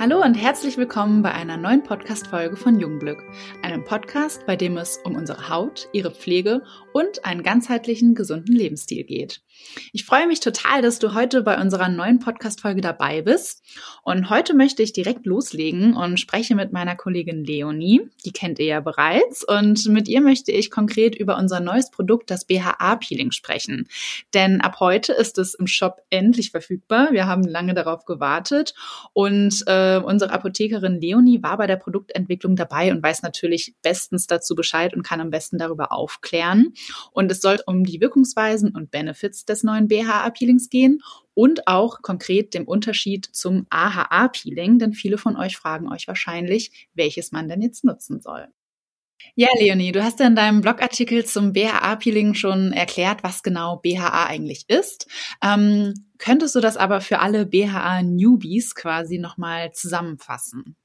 Hallo und herzlich willkommen bei einer neuen Podcast-Folge von Jungglück, einem Podcast, bei dem es um unsere Haut, ihre Pflege und einen ganzheitlichen, gesunden Lebensstil geht. Ich freue mich total, dass du heute bei unserer neuen Podcast-Folge dabei bist. Und heute möchte ich direkt loslegen und spreche mit meiner Kollegin Leonie, die kennt ihr ja bereits. Und mit ihr möchte ich konkret über unser neues Produkt, das BHA-Peeling, sprechen. Denn ab heute ist es im Shop endlich verfügbar. Wir haben lange darauf gewartet und unsere Apothekerin Leonie war bei der Produktentwicklung dabei und weiß natürlich bestens dazu Bescheid und kann am besten darüber aufklären. Und es soll um die Wirkungsweisen und Benefits des neuen BHA-Peelings gehen und auch konkret dem Unterschied zum AHA-Peeling, denn viele von euch fragen euch wahrscheinlich, welches man denn jetzt nutzen soll. Ja, Leonie, du hast ja in deinem Blogartikel zum BHA-Peeling schon erklärt, was genau BHA eigentlich ist. Könntest du das aber für alle BHA-Newbies quasi nochmal zusammenfassen?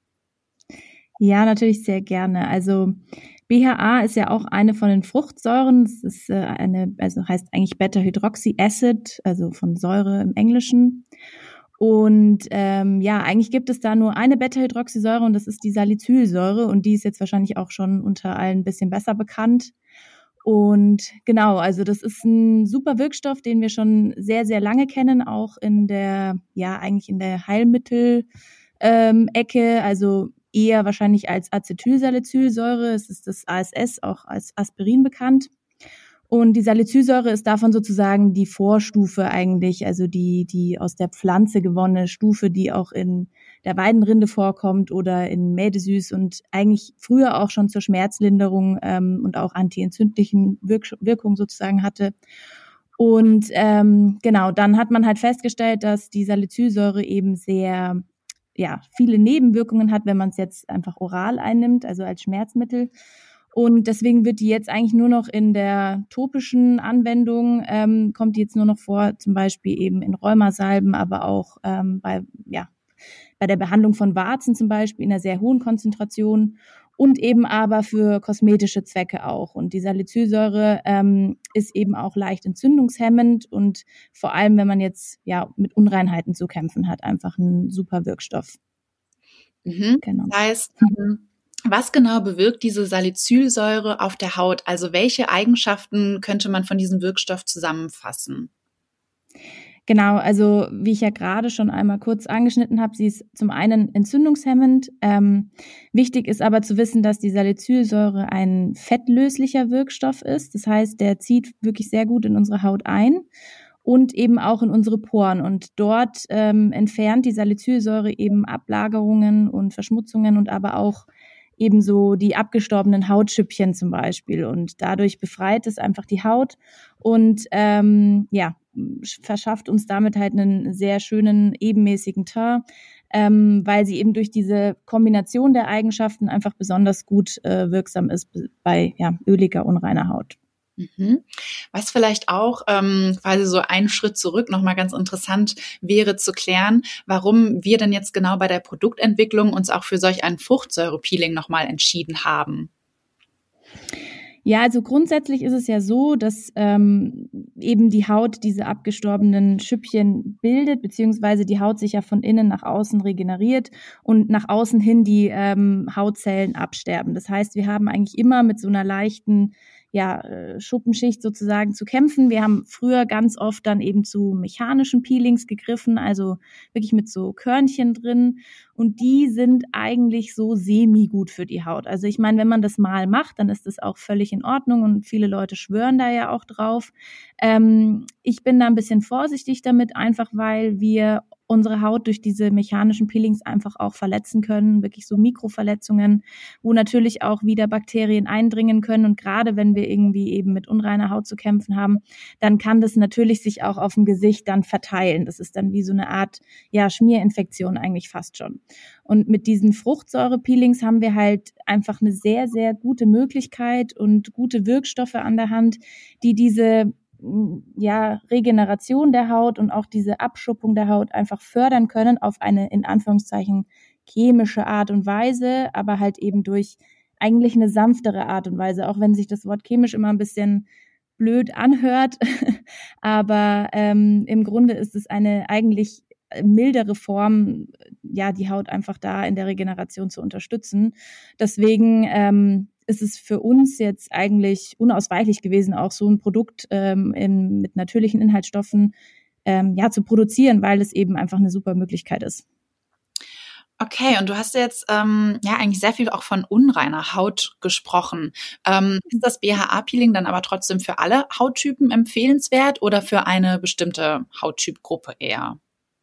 Ja, natürlich sehr gerne. Also BHA ist ja auch eine von den Fruchtsäuren. Es ist heißt eigentlich Beta-Hydroxy-Acid, also von Säure im Englischen. Und eigentlich gibt es da nur eine Beta-Hydroxysäure und das ist die Salicylsäure und die ist jetzt wahrscheinlich auch schon unter allen ein bisschen besser bekannt. Und genau, also das ist ein super Wirkstoff, den wir schon sehr, sehr lange kennen, auch in der Heilmittel Ecke, also eher wahrscheinlich als Acetylsalicylsäure. Es ist das ASS, auch als Aspirin bekannt. Und die Salicylsäure ist davon sozusagen die Vorstufe eigentlich, also die aus der Pflanze gewonnene Stufe, die auch in der Weidenrinde vorkommt oder in Mädesüß und eigentlich früher auch schon zur Schmerzlinderung und auch antientzündlichen Wirkung sozusagen hatte. Und dann hat man halt festgestellt, dass die Salicylsäure eben sehr viele Nebenwirkungen hat, wenn man es jetzt einfach oral einnimmt, also als Schmerzmittel. Und deswegen wird die jetzt eigentlich nur noch in der topischen Anwendung, kommt die jetzt nur noch vor, zum Beispiel eben in Rheumasalben, aber auch bei der Behandlung von Warzen zum Beispiel in einer sehr hohen Konzentration und eben aber für kosmetische Zwecke auch. Und die Salicylsäure ist eben auch leicht entzündungshemmend und vor allem, wenn man jetzt mit Unreinheiten zu kämpfen hat, einfach ein super Wirkstoff. Genau. Das heißt, was genau bewirkt diese Salicylsäure auf der Haut? Also welche Eigenschaften könnte man von diesem Wirkstoff zusammenfassen? Genau, also wie ich ja gerade schon einmal kurz angeschnitten habe, sie ist zum einen entzündungshemmend. Wichtig ist aber zu wissen, dass die Salicylsäure ein fettlöslicher Wirkstoff ist. Das heißt, der zieht wirklich sehr gut in unsere Haut ein und eben auch in unsere Poren. Und dort entfernt die Salicylsäure eben Ablagerungen und Verschmutzungen und aber auch ebenso die abgestorbenen Hautschüppchen zum Beispiel. Und dadurch befreit es einfach die Haut und verschafft uns damit halt einen sehr schönen, ebenmäßigen Teint, weil sie eben durch diese Kombination der Eigenschaften einfach besonders gut wirksam ist bei öliger, unreiner Haut. Was vielleicht auch quasi so einen Schritt zurück nochmal ganz interessant wäre zu klären, warum wir denn jetzt genau bei der Produktentwicklung uns auch für solch ein Fruchtsäurepeeling nochmal entschieden haben. Ja, also grundsätzlich ist es ja so, dass eben die Haut diese abgestorbenen Schüppchen bildet, beziehungsweise die Haut sich ja von innen nach außen regeneriert und nach außen hin die Hautzellen absterben. Das heißt, wir haben eigentlich immer mit so einer leichten Schuppenschicht sozusagen zu kämpfen. Wir haben früher ganz oft dann eben zu mechanischen Peelings gegriffen, also wirklich mit so Körnchen drin. Und die sind eigentlich so semi-gut für die Haut. Also ich meine, wenn man das mal macht, dann ist das auch völlig in Ordnung und viele Leute schwören da ja auch drauf. Ich bin da ein bisschen vorsichtig damit, einfach weil wir unsere Haut durch diese mechanischen Peelings einfach auch verletzen können, wirklich so Mikroverletzungen, wo natürlich auch wieder Bakterien eindringen können. Und gerade wenn wir irgendwie eben mit unreiner Haut zu kämpfen haben, dann kann das natürlich sich auch auf dem Gesicht dann verteilen. Das ist dann wie so eine Art Schmierinfektion eigentlich fast schon. Und mit diesen Fruchtsäure-Peelings haben wir halt einfach eine sehr, sehr gute Möglichkeit und gute Wirkstoffe an der Hand, die diese Regeneration der Haut und auch diese Abschuppung der Haut einfach fördern können auf eine in Anführungszeichen chemische Art und Weise, aber halt eben durch eigentlich eine sanftere Art und Weise, auch wenn sich das Wort chemisch immer ein bisschen blöd anhört, aber im Grunde ist es eine eigentlich mildere Form, ja, die Haut einfach da in der Regeneration zu unterstützen. Deswegen ist es für uns jetzt eigentlich unausweichlich gewesen, auch so ein Produkt mit natürlichen Inhaltsstoffen zu produzieren, weil es eben einfach eine super Möglichkeit ist. Okay, und du hast jetzt eigentlich sehr viel auch von unreiner Haut gesprochen. Ist das BHA-Peeling dann aber trotzdem für alle Hauttypen empfehlenswert oder für eine bestimmte Hauttypgruppe eher?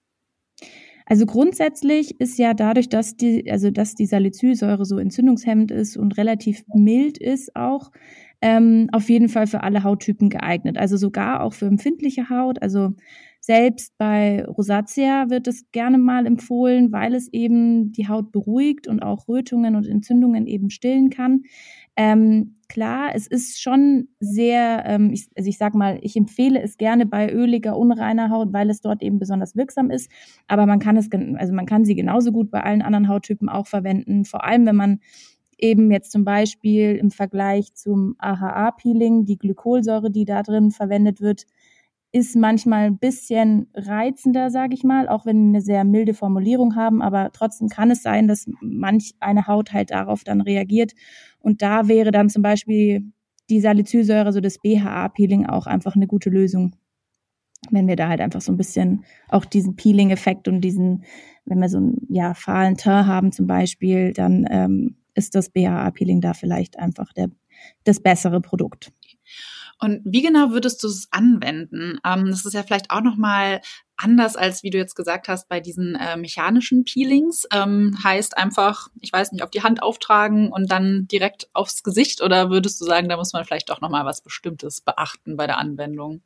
Also grundsätzlich ist ja dadurch, dass die Salicylsäure so entzündungshemmend ist und relativ mild ist auch, auf jeden Fall für alle Hauttypen geeignet. Also sogar auch für empfindliche Haut. Also selbst bei Rosacea wird es gerne mal empfohlen, weil es eben die Haut beruhigt und auch Rötungen und Entzündungen eben stillen kann. Klar, es ist schon sehr, ich sag mal, ich empfehle es gerne bei öliger, unreiner Haut, weil es dort eben besonders wirksam ist. Aber man kann sie genauso gut bei allen anderen Hauttypen auch verwenden. Vor allem, wenn man eben jetzt zum Beispiel im Vergleich zum AHA-Peeling, die Glykolsäure, die da drin verwendet wird, ist manchmal ein bisschen reizender, sage ich mal, auch wenn wir eine sehr milde Formulierung haben, aber trotzdem kann es sein, dass manch eine Haut halt darauf dann reagiert. Und da wäre dann zum Beispiel die Salicylsäure, so das BHA-Peeling, auch einfach eine gute Lösung, wenn wir da halt einfach so ein bisschen auch diesen Peeling-Effekt und wenn wir so einen fahlen Teint haben zum Beispiel, dann ist das BHA-Peeling da vielleicht einfach das bessere Produkt. Und wie genau würdest du es anwenden? Das ist ja vielleicht auch nochmal anders, als wie du jetzt gesagt hast, bei diesen mechanischen Peelings. Heißt einfach, ich weiß nicht, auf die Hand auftragen und dann direkt aufs Gesicht? Oder würdest du sagen, da muss man vielleicht doch nochmal was Bestimmtes beachten bei der Anwendung?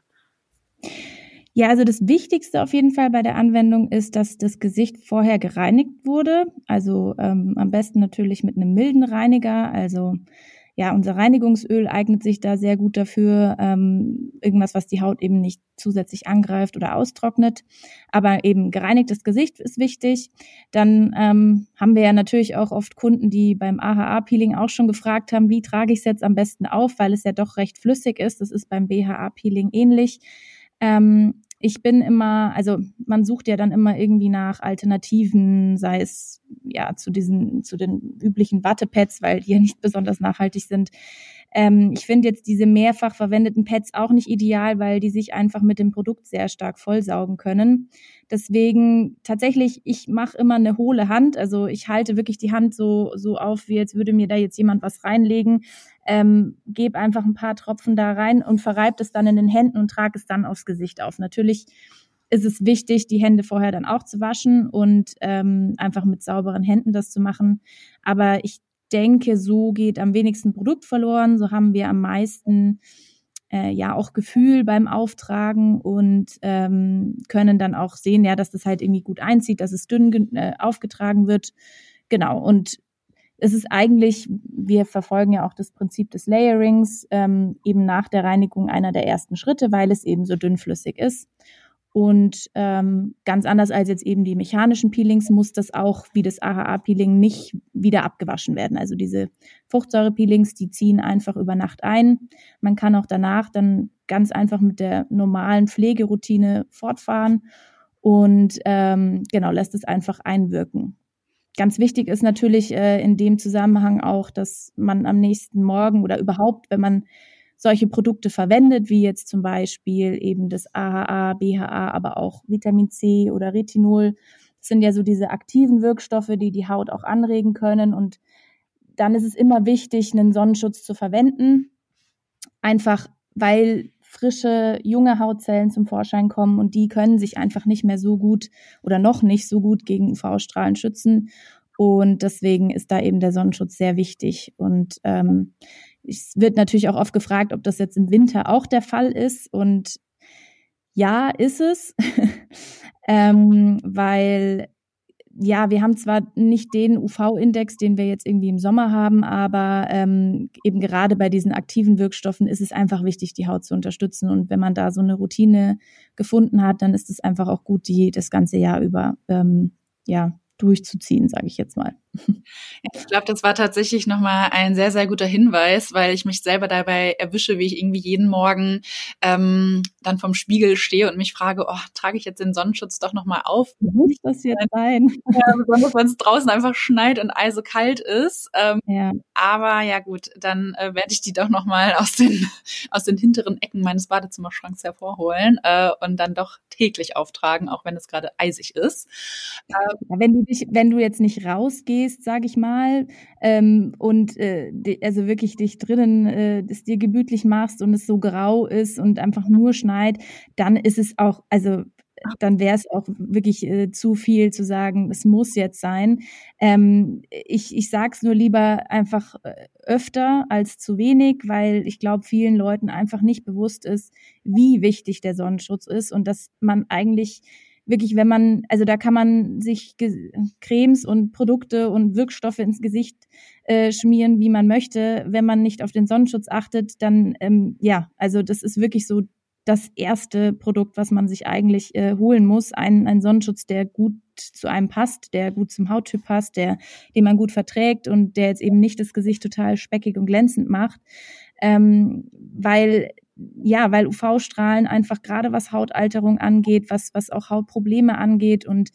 Ja, also das Wichtigste auf jeden Fall bei der Anwendung ist, dass das Gesicht vorher gereinigt wurde. Also am besten natürlich mit einem milden Reiniger. Also ja, unser Reinigungsöl eignet sich da sehr gut dafür. Irgendwas, was die Haut eben nicht zusätzlich angreift oder austrocknet. Aber eben gereinigtes Gesicht ist wichtig. Dann haben wir ja natürlich auch oft Kunden, die beim AHA-Peeling auch schon gefragt haben, wie trage ich es jetzt am besten auf, weil es ja doch recht flüssig ist. Das ist beim BHA-Peeling ähnlich. Ich bin immer, also man sucht ja dann immer irgendwie nach Alternativen, sei es zu den üblichen Wattepads, weil die ja nicht besonders nachhaltig sind. Ich finde jetzt diese mehrfach verwendeten Pads auch nicht ideal, weil die sich einfach mit dem Produkt sehr stark vollsaugen können. Deswegen tatsächlich, ich mache immer eine hohle Hand. Also ich halte wirklich die Hand so auf, wie als würde mir da jetzt jemand was reinlegen. Gebe einfach ein paar Tropfen da rein und verreibe es dann in den Händen und trage es dann aufs Gesicht auf. Natürlich ist es wichtig, die Hände vorher dann auch zu waschen und einfach mit sauberen Händen das zu machen. Aber ich denke, so geht am wenigsten Produkt verloren. So haben wir am meisten auch Gefühl beim Auftragen und können dann auch sehen, dass das halt irgendwie gut einzieht, dass es dünn aufgetragen wird. Genau. Und es ist eigentlich, wir verfolgen ja auch das Prinzip des Layerings, eben nach der Reinigung einer der ersten Schritte, weil es eben so dünnflüssig ist. Und ganz anders als jetzt eben die mechanischen Peelings muss das auch wie das AHA-Peeling nicht wieder abgewaschen werden. Also diese Fruchtsäure-Peelings, die ziehen einfach über Nacht ein. Man kann auch danach dann ganz einfach mit der normalen Pflegeroutine fortfahren und lässt es einfach einwirken. Ganz wichtig ist natürlich in dem Zusammenhang auch, dass man am nächsten Morgen oder überhaupt, wenn man solche Produkte verwendet, wie jetzt zum Beispiel eben das AHA, BHA, aber auch Vitamin C oder Retinol. Das sind ja so diese aktiven Wirkstoffe, die die Haut auch anregen können. Und dann ist es immer wichtig, einen Sonnenschutz zu verwenden. Einfach, weil frische, junge Hautzellen zum Vorschein kommen und die können sich einfach nicht mehr so gut oder noch nicht so gut gegen UV-Strahlen schützen. Und deswegen ist da eben der Sonnenschutz sehr wichtig. Und es wird natürlich auch oft gefragt, ob das jetzt im Winter auch der Fall ist. Und ja, ist es, weil wir haben zwar nicht den UV-Index, den wir jetzt irgendwie im Sommer haben, aber eben gerade bei diesen aktiven Wirkstoffen ist es einfach wichtig, die Haut zu unterstützen. Und wenn man da so eine Routine gefunden hat, dann ist es einfach auch gut, die das ganze Jahr über durchzuziehen, sage ich jetzt mal. Ja, ich glaube, das war tatsächlich nochmal ein sehr, sehr guter Hinweis, weil ich mich selber dabei erwische, wie ich irgendwie jeden Morgen dann vom Spiegel stehe und mich frage, oh, trage ich jetzt den Sonnenschutz doch nochmal auf? Muss das jetzt sein? Ja, besonders wenn es draußen einfach schneit und eisekalt ist. Ja. Aber ja gut, dann werde ich die doch nochmal aus den hinteren Ecken meines Badezimmerschranks hervorholen und dann doch täglich auftragen, auch wenn es gerade eisig ist. Wenn du jetzt nicht rausgehst, sage ich mal, und also wirklich dich drinnen es dir gemütlich machst und es so grau ist und einfach nur schneit, dann ist es auch, also dann wäre es auch wirklich zu viel zu sagen, es muss jetzt sein. Ich sage es nur lieber einfach öfter als zu wenig, weil ich glaube, vielen Leuten einfach nicht bewusst ist, wie wichtig der Sonnenschutz ist und dass man eigentlich wirklich, also da kann man sich Cremes und Produkte und Wirkstoffe ins Gesicht schmieren, wie man möchte. Wenn man nicht auf den Sonnenschutz achtet, dann also das ist wirklich so das erste Produkt, was man sich eigentlich holen muss. Ein Sonnenschutz, der gut zu einem passt, der gut zum Hauttyp passt, den man gut verträgt und der jetzt eben nicht das Gesicht total speckig und glänzend macht. Weil UV-Strahlen einfach gerade was Hautalterung angeht, was auch Hautprobleme angeht und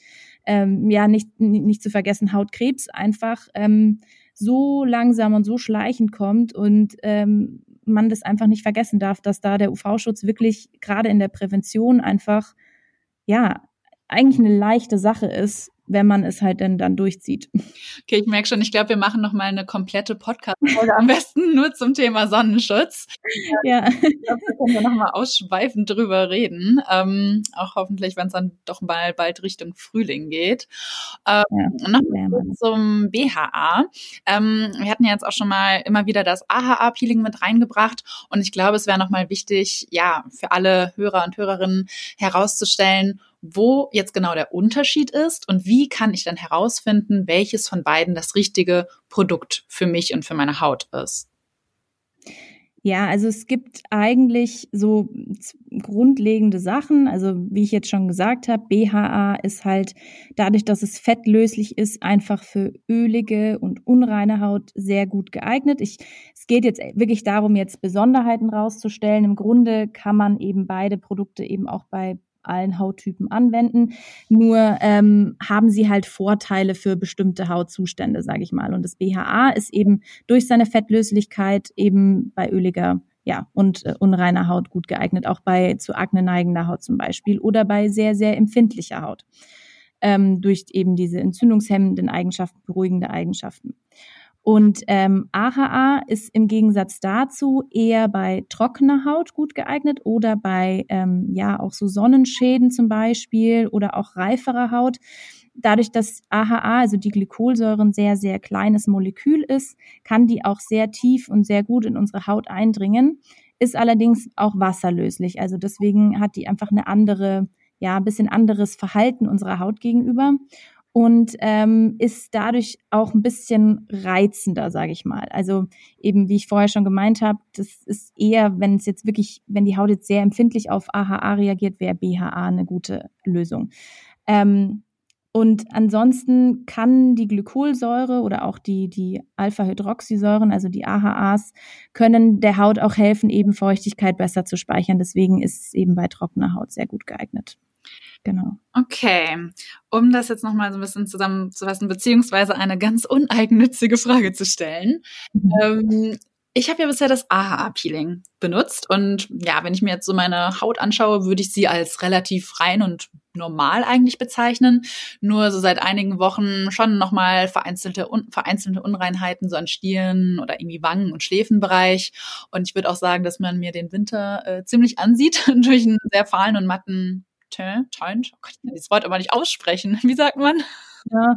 nicht zu vergessen Hautkrebs einfach so langsam und so schleichend kommt und man das einfach nicht vergessen darf, dass da der UV-Schutz wirklich gerade in der Prävention einfach eigentlich eine leichte Sache ist, wenn man es halt dann durchzieht. Okay, ich merke schon, ich glaube, wir machen noch mal eine komplette Podcast-Folge am besten nur zum Thema Sonnenschutz. Ja. Ich glaube, da können wir noch mal ausschweifend drüber reden. Auch hoffentlich, wenn es dann doch mal bald Richtung Frühling geht. Noch mal zum BHA. Wir hatten ja jetzt auch schon mal immer wieder das AHA-Peeling mit reingebracht und ich glaube, es wäre noch mal wichtig, für alle Hörer und Hörerinnen herauszustellen, wo jetzt genau der Unterschied ist und wie kann ich dann herausfinden, welches von beiden das richtige Produkt für mich und für meine Haut ist? Ja, also es gibt eigentlich so grundlegende Sachen. Also wie ich jetzt schon gesagt habe, BHA ist halt dadurch, dass es fettlöslich ist, einfach für ölige und unreine Haut sehr gut geeignet. Es geht jetzt wirklich darum, jetzt Besonderheiten rauszustellen. Im Grunde kann man eben beide Produkte eben auch bei allen Hauttypen anwenden. Nur haben sie halt Vorteile für bestimmte Hautzustände, sage ich mal. Und das BHA ist eben durch seine Fettlöslichkeit eben bei öliger und unreiner Haut gut geeignet, auch bei zu Akne neigender Haut zum Beispiel oder bei sehr, sehr empfindlicher Haut. Durch eben diese entzündungshemmenden Eigenschaften, beruhigende Eigenschaften. Und AHA ist im Gegensatz dazu eher bei trockener Haut gut geeignet oder bei auch so Sonnenschäden zum Beispiel oder auch reiferer Haut. Dadurch, dass AHA, also die Glykolsäure, ein sehr, sehr kleines Molekül ist, kann die auch sehr tief und sehr gut in unsere Haut eindringen, ist allerdings auch wasserlöslich. Also deswegen hat die einfach ein bisschen anderes Verhalten unserer Haut gegenüber. Und ist dadurch auch ein bisschen reizender, sage ich mal. Also eben, wie ich vorher schon gemeint habe, das ist eher, wenn die Haut jetzt sehr empfindlich auf AHA reagiert, wäre BHA eine gute Lösung. Und ansonsten kann die Glykolsäure oder auch die Alpha-Hydroxysäuren, also die AHAs, können der Haut auch helfen, eben Feuchtigkeit besser zu speichern. Deswegen ist es eben bei trockener Haut sehr gut geeignet. Genau. Okay, um das jetzt nochmal so ein bisschen zusammenzufassen, beziehungsweise eine ganz uneigennützige Frage zu stellen. Ich habe ja bisher das AHA-Peeling benutzt und wenn ich mir jetzt so meine Haut anschaue, würde ich sie als relativ rein und normal eigentlich bezeichnen. Nur so seit einigen Wochen schon nochmal vereinzelte Unreinheiten so an Stirn oder irgendwie Wangen- und Schläfenbereich. Und ich würde auch sagen, dass man mir den Winter ziemlich ansieht durch einen sehr fahlen und matten Teint. Oh Gott, ich kann dieses Wort aber nicht aussprechen. Wie sagt man? Ja.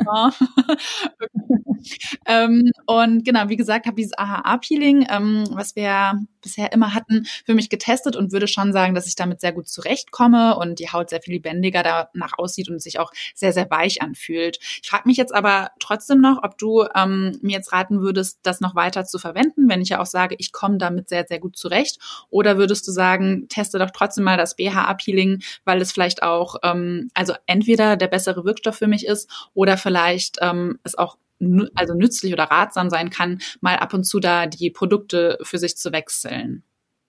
Und genau, wie gesagt, habe dieses AHA-Peeling, was wir bisher immer hatten, für mich getestet und würde schon sagen, dass ich damit sehr gut zurechtkomme und die Haut sehr viel lebendiger danach aussieht und sich auch sehr, sehr weich anfühlt. Ich frage mich jetzt aber trotzdem noch, ob du mir jetzt raten würdest, das noch weiter zu verwenden, wenn ich ja auch sage, ich komme damit sehr, sehr gut zurecht. Oder würdest du sagen, teste doch trotzdem mal das BHA-Peeling, weil es vielleicht auch, also entweder der bessere Wirkstoff für mich ist oder vielleicht es auch also nützlich oder ratsam sein kann, mal ab und zu da die Produkte für sich zu wechseln.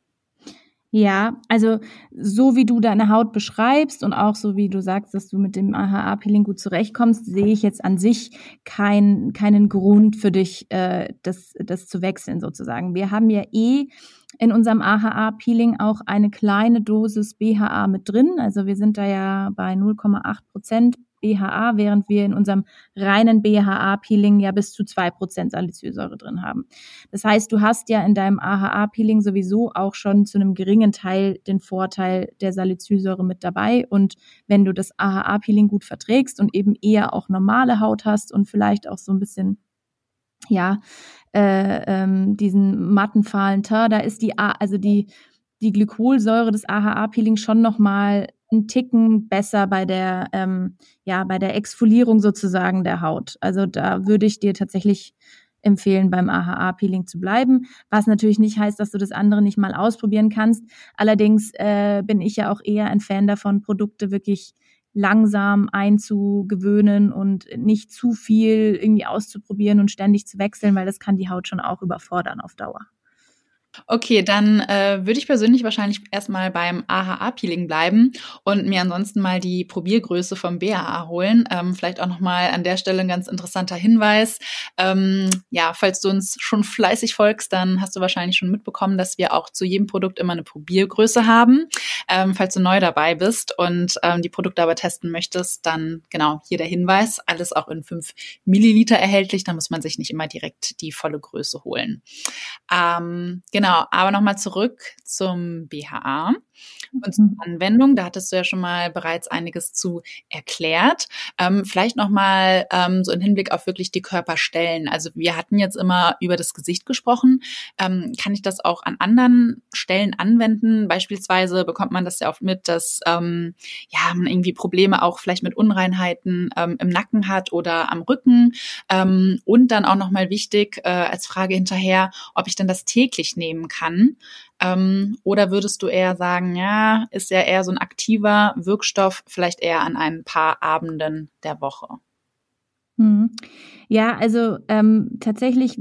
Ja, also so wie du deine Haut beschreibst und auch so wie du sagst, dass du mit dem AHA-Peeling gut zurechtkommst, sehe ich jetzt an sich keinen Grund für dich, das zu wechseln sozusagen. Wir haben ja in unserem AHA-Peeling auch eine kleine Dosis BHA mit drin. Also wir sind da ja bei 0,8% BHA, während wir in unserem reinen BHA-Peeling ja bis zu 2% Salicylsäure drin haben. Das heißt, du hast ja in deinem AHA-Peeling sowieso auch schon zu einem geringen Teil den Vorteil der Salicylsäure mit dabei. Und wenn du das AHA-Peeling gut verträgst und eben eher auch normale Haut hast und vielleicht auch so ein bisschen, ja, diesen matten, fahlen Teint, da ist die Glykolsäure des AHA-Peeling schon nochmal einen Ticken besser bei der Exfoliierung sozusagen der Haut. Also da würde ich dir tatsächlich empfehlen, beim AHA-Peeling zu bleiben, was natürlich nicht heißt, dass du das andere nicht mal ausprobieren kannst. Allerdings bin ich ja auch eher ein Fan davon, Produkte wirklich langsam einzugewöhnen und nicht zu viel irgendwie auszuprobieren und ständig zu wechseln, weil das kann die Haut schon auch überfordern auf Dauer. Okay, dann würde ich persönlich wahrscheinlich erstmal beim AHA-Peeling bleiben und mir ansonsten mal die Probiergröße vom BHA holen. Vielleicht auch nochmal an der Stelle ein ganz interessanter Hinweis. Falls du uns schon fleißig folgst, dann hast du wahrscheinlich schon mitbekommen, dass wir auch zu jedem Produkt immer eine Probiergröße haben. Falls du neu dabei bist und die Produkte aber testen möchtest, dann genau hier der Hinweis. Alles auch in 5 Milliliter erhältlich. Da muss man sich nicht immer direkt die volle Größe holen. Genau, aber nochmal zurück zum BHA und zur Anwendung. Da hattest du ja schon mal bereits einiges zu erklärt. Vielleicht nochmal so im Hinblick auf wirklich die Körperstellen. Also wir hatten jetzt immer über das Gesicht gesprochen. Kann ich das auch an anderen Stellen anwenden? Beispielsweise bekommt man das ja oft mit, dass man irgendwie Probleme auch vielleicht mit Unreinheiten im Nacken hat oder am Rücken. Und dann auch nochmal wichtig als Frage hinterher, ob ich denn das täglich nehmen kann. Oder würdest du eher sagen, ja, ist ja eher so ein aktiver Wirkstoff, vielleicht eher an ein paar Abenden der Woche? Ja, also tatsächlich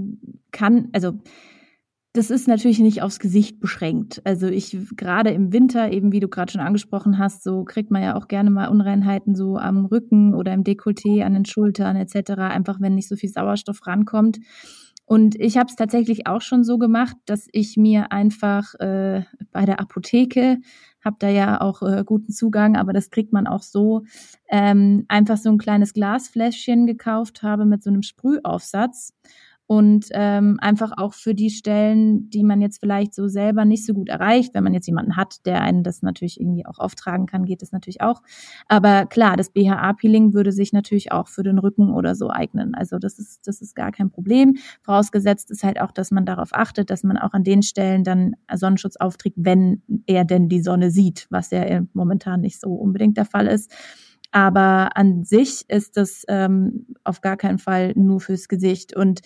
das ist natürlich nicht aufs Gesicht beschränkt. Also gerade im Winter, eben wie du gerade schon angesprochen hast, so kriegt man ja auch gerne mal Unreinheiten so am Rücken oder im Dekolleté, an den Schultern etc., einfach wenn nicht so viel Sauerstoff rankommt. Und ich habe es tatsächlich auch schon so gemacht, dass ich mir einfach bei der Apotheke, habe da ja auch guten Zugang, aber das kriegt man auch so, einfach so ein kleines Glasfläschchen gekauft habe mit so einem Sprühaufsatz. Und einfach auch für die Stellen, die man jetzt vielleicht so selber nicht so gut erreicht, wenn man jetzt jemanden hat, der einen das natürlich irgendwie auch auftragen kann, geht das natürlich auch. Aber klar, das BHA-Peeling würde sich natürlich auch für den Rücken oder so eignen. Also das ist gar kein Problem. Vorausgesetzt ist halt auch, dass man darauf achtet, dass man auch an den Stellen dann Sonnenschutz aufträgt, wenn er denn die Sonne sieht, was ja momentan nicht so unbedingt der Fall ist. Aber an sich ist das auf gar keinen Fall nur fürs Gesicht. Und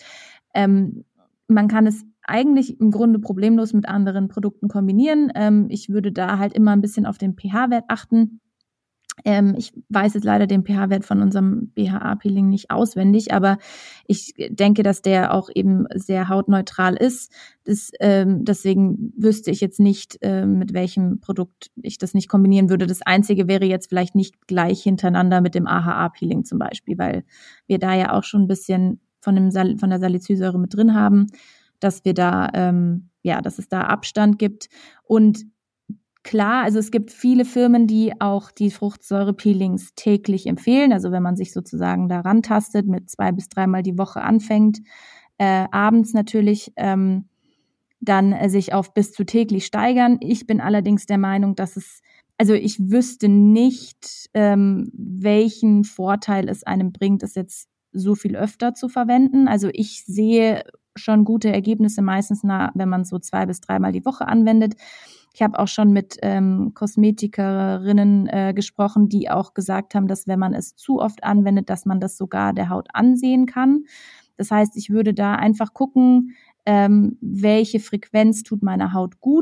man kann es eigentlich im Grunde problemlos mit anderen Produkten kombinieren. Ich würde da halt immer ein bisschen auf den pH-Wert achten. Ich weiß jetzt leider den pH-Wert von unserem BHA-Peeling nicht auswendig, aber ich denke, dass der auch eben sehr hautneutral ist. Deswegen wüsste ich jetzt nicht, mit welchem Produkt ich das nicht kombinieren würde. Das Einzige wäre jetzt vielleicht nicht gleich hintereinander mit dem AHA-Peeling zum Beispiel, weil wir da ja auch schon ein bisschen von der Salicylsäure mit drin haben, dass wir da, dass es da Abstand gibt. Und klar, also es gibt viele Firmen, die auch die Fruchtsäure-Peelings täglich empfehlen. Also wenn man sich sozusagen da rantastet, mit 2 bis 3 Mal die Woche anfängt, abends natürlich dann sich auf bis zu täglich steigern. Ich bin allerdings der Meinung, ich wüsste nicht, welchen Vorteil es einem bringt, es jetzt so viel öfter zu verwenden. Also ich sehe schon gute Ergebnisse meistens, wenn man es so 2 bis 3 Mal die Woche anwendet. Ich habe auch schon mit Kosmetikerinnen gesprochen, die auch gesagt haben, dass wenn man es zu oft anwendet, dass man das sogar der Haut ansehen kann. Das heißt, ich würde da einfach gucken, welche Frequenz tut meiner Haut gut.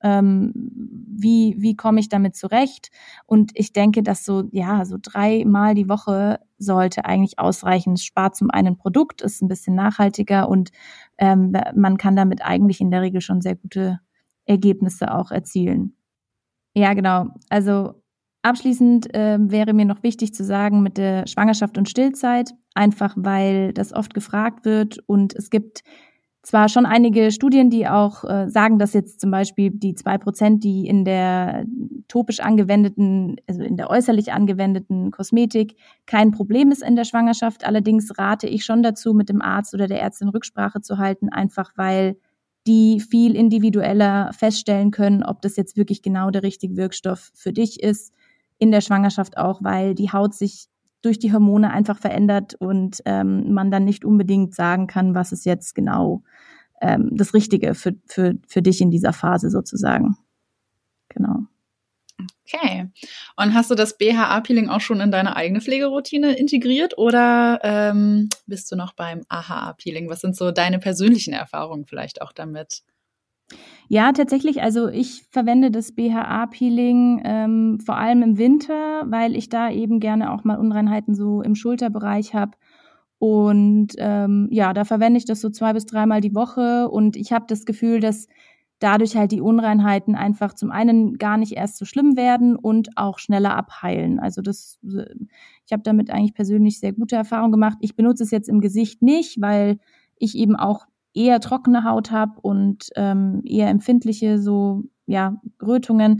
wie komme ich damit zurecht? Und ich denke, dass so 3-mal die Woche sollte eigentlich ausreichen. Es spart zum einen Produkt, ist ein bisschen nachhaltiger und man kann damit eigentlich in der Regel schon sehr gute Ergebnisse auch erzielen. Ja, genau. Also abschließend wäre mir noch wichtig zu sagen mit der Schwangerschaft und Stillzeit, einfach weil das oft gefragt wird und es gibt zwar schon einige Studien, die auch sagen, dass jetzt zum Beispiel die 2%, die in der topisch angewendeten, also in der äußerlich angewendeten Kosmetik kein Problem ist in der Schwangerschaft. Allerdings rate ich schon dazu, mit dem Arzt oder der Ärztin Rücksprache zu halten, einfach weil die viel individueller feststellen können, ob das jetzt wirklich genau der richtige Wirkstoff für dich ist. In der Schwangerschaft auch, weil die Haut sich durch die Hormone einfach verändert und man dann nicht unbedingt sagen kann, was ist jetzt genau das Richtige für dich in dieser Phase sozusagen. Genau. Okay. Und hast du das BHA-Peeling auch schon in deine eigene Pflegeroutine integriert oder bist du noch beim AHA-Peeling? Was sind so deine persönlichen Erfahrungen vielleicht auch damit? Ja, tatsächlich. Also ich verwende das BHA-Peeling vor allem im Winter, weil ich da eben gerne auch mal Unreinheiten so im Schulterbereich habe. Und da verwende ich das so 2 bis 3 Mal die Woche. Und ich habe das Gefühl, dass dadurch halt die Unreinheiten einfach zum einen gar nicht erst so schlimm werden und auch schneller abheilen. Also ich habe damit eigentlich persönlich sehr gute Erfahrungen gemacht. Ich benutze es jetzt im Gesicht nicht, weil ich eben auch eher trockene Haut habe und eher empfindliche Rötungen.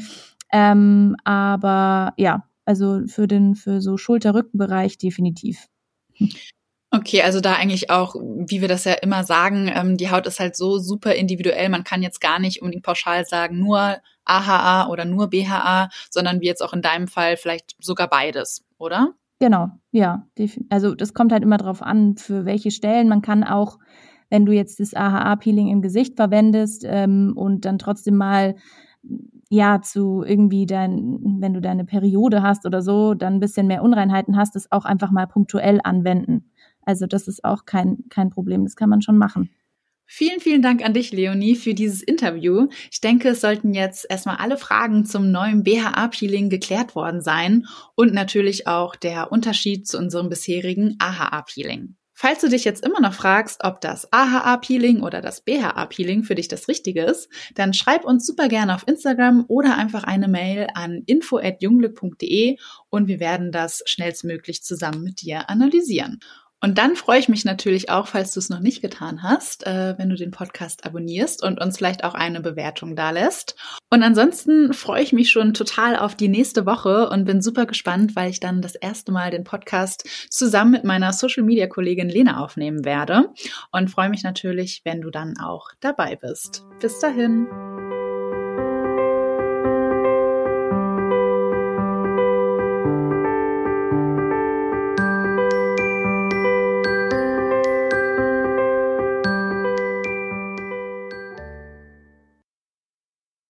Aber ja, also für so Schulter-Rückenbereich definitiv. Okay, also da eigentlich auch, wie wir das ja immer sagen, die Haut ist halt so super individuell. Man kann jetzt gar nicht unbedingt pauschal sagen, nur AHA oder nur BHA, sondern wie jetzt auch in deinem Fall vielleicht sogar beides, oder? Genau, ja. Also das kommt halt immer drauf an, für welche Stellen. Man kann auch, wenn du jetzt das AHA-Peeling im Gesicht verwendest und dann trotzdem mal zu irgendwie wenn du deine Periode hast oder so, dann ein bisschen mehr Unreinheiten hast, das auch einfach mal punktuell anwenden. Also das ist auch kein Problem, das kann man schon machen. Vielen, vielen Dank an dich, Leonie, für dieses Interview. Ich denke, es sollten jetzt erstmal alle Fragen zum neuen BHA-Peeling geklärt worden sein und natürlich auch der Unterschied zu unserem bisherigen AHA-Peeling. Falls du dich jetzt immer noch fragst, ob das AHA-Peeling oder das BHA-Peeling für dich das Richtige ist, dann schreib uns super gerne auf Instagram oder einfach eine Mail an info@jungglück.de und wir werden das schnellstmöglich zusammen mit dir analysieren. Und dann freue ich mich natürlich auch, falls du es noch nicht getan hast, wenn du den Podcast abonnierst und uns vielleicht auch eine Bewertung dalässt. Und ansonsten freue ich mich schon total auf die nächste Woche und bin super gespannt, weil ich dann das erste Mal den Podcast zusammen mit meiner Social-Media-Kollegin Lena aufnehmen werde und freue mich natürlich, wenn du dann auch dabei bist. Bis dahin.